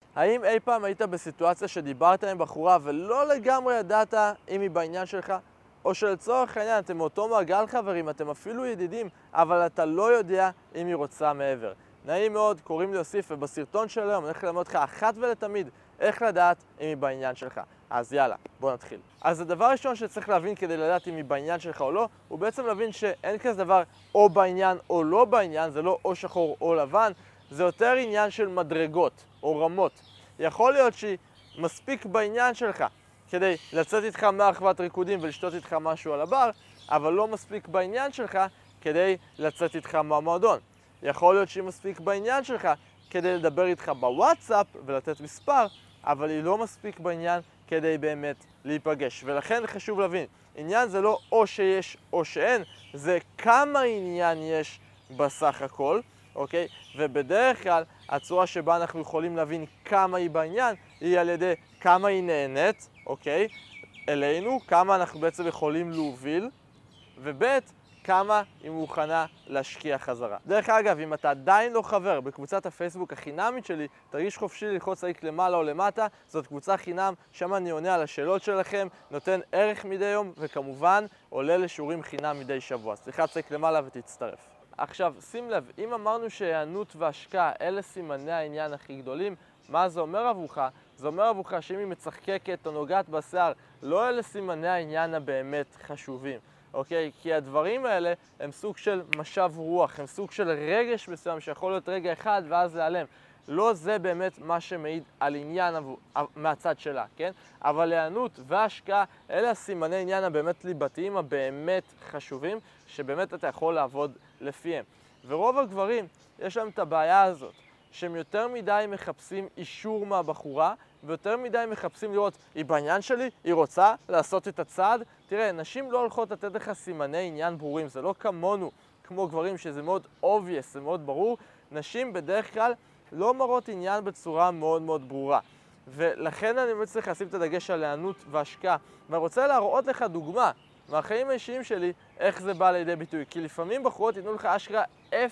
האם אי פעם היית בסיטואציה שדיברת עם בחורה ולא לגמרי ידעת אם היא בעניין שלך? או שלצורך העניין אתם מאותו מעגל חברים, אתם אפילו ידידים, אבל אתה לא יודע אם היא רוצה מעבר. נעים מאוד, קוראים לי יוסיף, ובסרטון של היום אני הולך ללמד אותך אחת ולתמיד איך לדעת אם היא בעניין שלך. אז יאללה, בוא נתחיל. אז הדבר הראשון שצריך להבין כדי לדעת אם היא בעניין שלך או לא, הוא בעצם להבין שאין כזה דבר או בעניין או לא בעניין, זה לא או שחור או לבן, זה יותר עניין של מדרגות או רמות. יכול להיות שהיא מספיק בעניין שלך כדי לצאת איתך מאחוות ריקודים ולשתות איתך משהו על הבר, אבל לא מספיק בעניין שלך כדי לצאת איתך מהמועדון. יכול להיות שהיא מספיק בעניין שלך כדי לדבר איתך בוואטסאפ ולתת מספר, אבל היא לא מספיק בעניין כדי באמת להיפגש. ולכן חשוב להבין, עניין זה לא או שיש או שאין, זה כמה עניין יש בסך הכל, אוקיי? ובדרך כלל הצורה שבה אנחנו יכולים להבין כמה היא בעניין היא על ידי כמה היא נהנית, אוקיי? אלינו, כמה אנחנו בעצם יכולים להוביל, וב' כמה היא מוכנה להשקיע חזרה. דרך אגב, אם אתה עדיין לא חבר בקבוצת הפייסבוק החינמית שלי, תרגיש חופשי ללחוץ לייק למעלה או למטה, זאת קבוצה חינם, שם אני עונה על השאלות שלכם, נותן ערך מדי יום, וכמובן עולה לשיעורים חינם מדי שבוע. אז תלחץ לייק למעלה ותצטרף. עכשיו, שים לב, אם אמרנו שהיענות והשקעה אלה סימני העניין הכי גדולים, מה זה אומר עבורך? זה אומר עבורך שאם היא מצחקקת או נוגעת בשיער, לא אלה סימני העניין הבאמת חשובים. אוקיי? כי הדברים האלה הם סוג של משב רוח, הם סוג של רגש מסוים שיכול להיות רגע אחד ואז להיעלם. לא זה באמת מה שמעיד על עניין מהצד שלה, כן? אבל הענות וההשקעה, אלה הסימני עניין הבאמת ליבתיים, הבאמת חשובים, שבאמת אתה יכול לעבוד לפיהם. ורוב הגברים, יש להם את הבעיה הזאת, שהם יותר מדי מחפשים אישור מהבחורה, ויותר מדי מחפשים לראות, היא בעניין שלי? היא רוצה לעשות את הצעד? תראה, נשים לא הולכות לתת לך סימני עניין ברורים, זה לא כמונו, כמו גברים, שזה מאוד obvious, זה מאוד ברור. נשים בדרך כלל לא מראות עניין בצורה מאוד מאוד ברורה. ולכן אני באמת צריך לשים את הדגש על הענות והשקעה. ואני רוצה להראות לך דוגמה מהחיים האישיים שלי, איך זה בא לידי ביטוי. כי לפעמים בחורות ייתנו לך אשכרה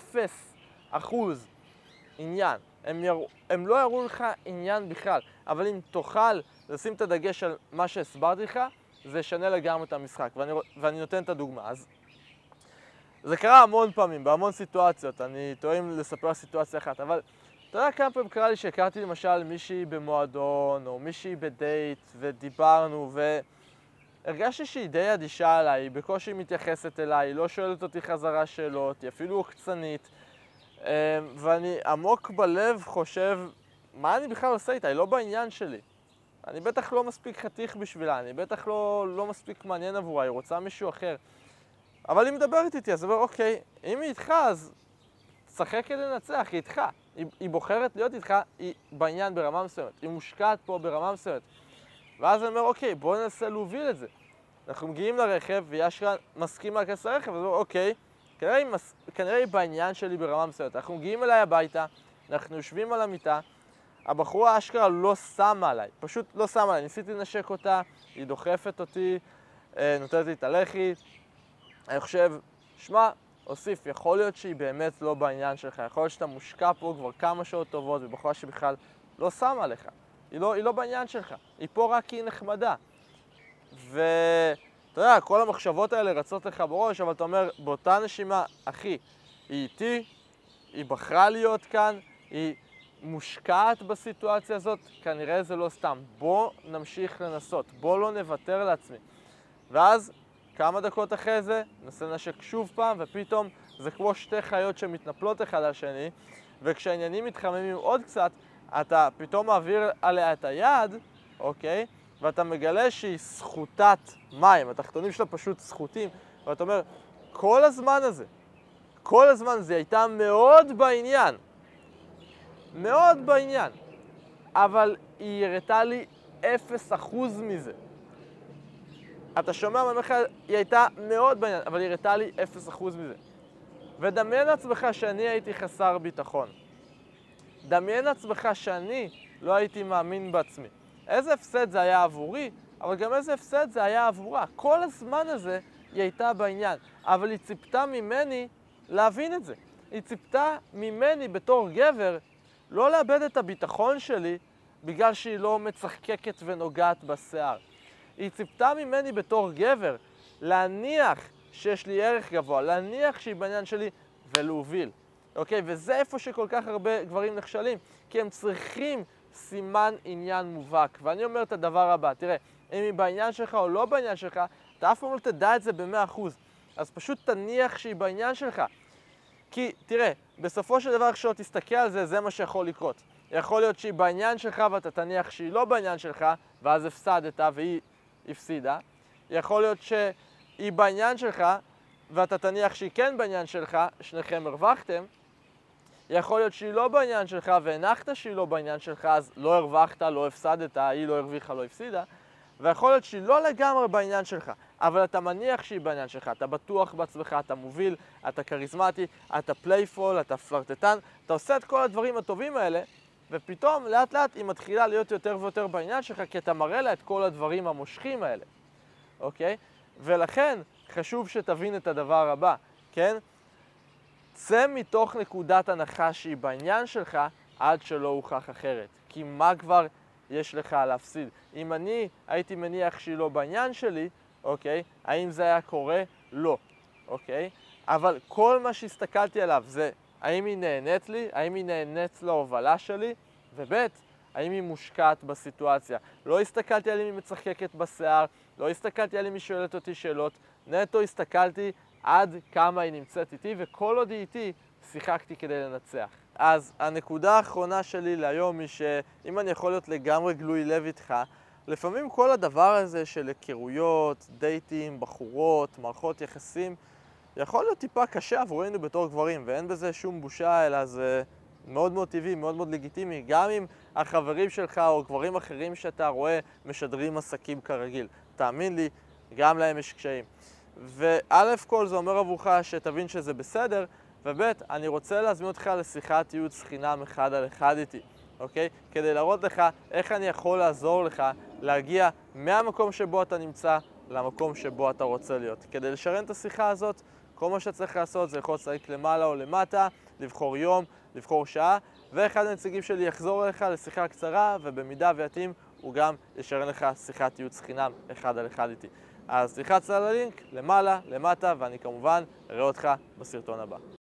0% עניין. הם לא יראו לך עניין בכלל, אבל אם תוכל לשים את הדגש על מה שהסברתי לך, זה ישנה לגמרי את המשחק, ואני נותן את הדוגמה. אז זה קרה המון פעמים, בהמון סיטואציות, אני טועים לספר סיטואציה אחת, אבל אתה יודע כמה פעמים קרה לי שהכרתי למשל מישהי במועדון, או מישהי בדייט, ודיברנו, והרגשתי שהיא די אדישה עליי, היא בקושי מתייחסת אליי, היא לא שואלת אותי חזרה שאלות, היא אפילו עוקצנית, ואני עמוק בלב חושב, מה אני בכלל עושה איתה? היא לא בעניין שלי. אני בטח לא מספיק חתיך בשבילה, אני בטח לא מספיק מעניין עבורה, היא רוצה מישהו אחר. אבל היא מדברת איתי, אז אני אומר, אוקיי, אם היא איתך, אז תשחק כדי לנצח, היא איתך. היא בוחרת להיות איתך, היא בעניין ברמה מסוימת, היא מושקעת פה ברמה מסוימת. ואז אני אומר, אוקיי, בואו ננסה להוביל את זה. אנחנו מגיעים לרכב, והיא אשכרה מסכימה להיכנס לרכב, אז אני אומר, אוקיי, כנראה היא בעניין שלי ברמה מסוימת. אנחנו מגיעים אליי הביתה, אנחנו יושבים על המיטה, הבחורה אשכרה לא שמה עליי, פשוט לא שמה עליי. ניסיתי לנשק אותה, היא דוחפת אותי, נותנת לי את הלחי. אני חושב, שמע, אוסיף, יכול להיות שהיא באמת לא בעניין שלך, יכול להיות שאתה מושקע פה כבר כמה שעות טובות, ובחורה שבכלל לא שמה עליך. היא לא בעניין שלך, היא פה רק כי היא נחמדה. אתה יודע, כל המחשבות האלה רצות לך בראש, אבל אתה אומר, באותה נשימה, אחי, היא איתי, היא בחרה להיות כאן, היא מושקעת בסיטואציה הזאת, כנראה זה לא סתם. בוא נמשיך לנסות, בוא לא נוותר לעצמי. ואז, כמה דקות אחרי זה, ננסה לנשק שוב פעם, ופתאום זה כמו שתי חיות שמתנפלות אחד על שני, וכשהעניינים מתחממים עוד קצת, אתה פתאום מעביר עליה את היד, אוקיי? ואתה מגלה שהיא סחוטת מים, התחתונים שלה פשוט סחוטים, ואתה אומר, כל הזמן הזה הייתה מאוד בעניין, מאוד בעניין, אבל היא הראתה לי 0% מזה. אתה שומע ממך, היא הייתה מאוד בעניין, אבל היא הראתה לי 0% מזה. ודמיין לעצמך שאני הייתי חסר ביטחון. דמיין לעצמך שאני לא הייתי מאמין בעצמי. איזה הפסד זה היה עבורי, אבל גם איזה הפסד זה היה עבורה. כל הזמן הזה היא הייתה בעניין, אבל היא ציפתה ממני להבין את זה. היא ציפתה ממני בתור גבר לא לאבד את הביטחון שלי בגלל שהיא לא מצחקקת ונוגעת בשיער. היא ציפתה ממני בתור גבר להניח שיש לי ערך גבוה, להניח שהיא בעניין שלי ולהוביל. אוקיי? וזה איפה שכל כך הרבה גברים נכשלים, כי הם צריכים סימן עניין מובהק. ואני אומר את הדבר הבא, תראה, אם היא בעניין שלך או לא בעניין שלך, אתה אף פעם לא תדע את זה ב100%. אז פשוט תניח שהיא בעניין שלך. כי, תראה, בסופו של דבר כשאתה תסתכל על זה, זה מה שיכול לקרות. יכול להיות שהיא בעניין שלך ואתה תניח שהיא לא בעניין שלך, ואז הפסדת והיא הפסידה. יכול להיות שהיא בעניין שלך ואתה תניח שהיא כן בעניין שלך, שניכם הרווחתם. יכול להיות שהיא לא בעניין שלך והנחת שהיא לא בעניין שלך, אז לא הרווחת, לא הפסדת, היא לא הרוויחה, לא הפסידה. ויכול להיות שהיא לא לגמרי בעניין שלך, אבל אתה מניח שהיא בעניין שלך, אתה בטוח בעצמך, אתה מוביל, אתה קריזמטי, אתה פלייפול, אתה פלרטטן, אתה עושה את כל הדברים הטובים האלה, ופתאום לאט לאט היא מתחילה להיות יותר ויותר בעניין שלך, כי אתה מראה לה את כל הדברים המושכים האלה, אוקיי? ולכן חשוב שתבין את הדבר הבא, כן? צא מתוך נקודת הנחה שהיא בעניין שלך עד שלא הוכח אחרת, כי מה כבר יש לך להפסיד? אם אני הייתי מניח שהיא לא בעניין שלי, אוקיי? האם זה היה קורה? לא, אוקיי? אבל כל מה שהסתכלתי עליו זה האם היא נהנית לי, האם היא נהנית להובלה שלי, וב' האם היא מושקעת בסיטואציה. לא הסתכלתי על אם היא מצחקקת בשיער, לא הסתכלתי על אם היא שואלת אותי שאלות, נטו הסתכלתי עד כמה היא נמצאת איתי, וכל עוד היא איתי, שיחקתי כדי לנצח. אז הנקודה האחרונה שלי להיום היא שאם אני יכול להיות לגמרי גלוי לב איתך, לפעמים כל הדבר הזה של היכרויות, דייטים, בחורות, מערכות יחסים, יכול להיות טיפה קשה עבורנו בתור גברים, ואין בזה שום בושה, אלא זה מאוד מאוד טבעי, מאוד מאוד לגיטימי, גם אם החברים שלך או גברים אחרים שאתה רואה משדרים עסקים כרגיל. תאמין לי, גם להם יש קשיים. וא' כל זה אומר עבורך שתבין שזה בסדר, וב' אני רוצה להזמין אותך לשיחת ייעוץ חינם 1-על-1 איתי, אוקיי? כדי להראות לך איך אני יכול לעזור לך להגיע מהמקום שבו אתה נמצא למקום שבו אתה רוצה להיות. כדי לשרן את השיחה הזאת, כל מה שצריך לעשות זה יכול לצליק למעלה או למטה, לבחור יום, לבחור שעה, ואחד הנציגים שלי יחזור אליך לשיחה קצרה, ובמידה ויתאים הוא גם ישרן לך שיחת ייעוץ חינם 1-על-1 איתי. אז תלחץ על הלינק למעלה, למטה, ואני כמובן אראה אותך בסרטון הבא.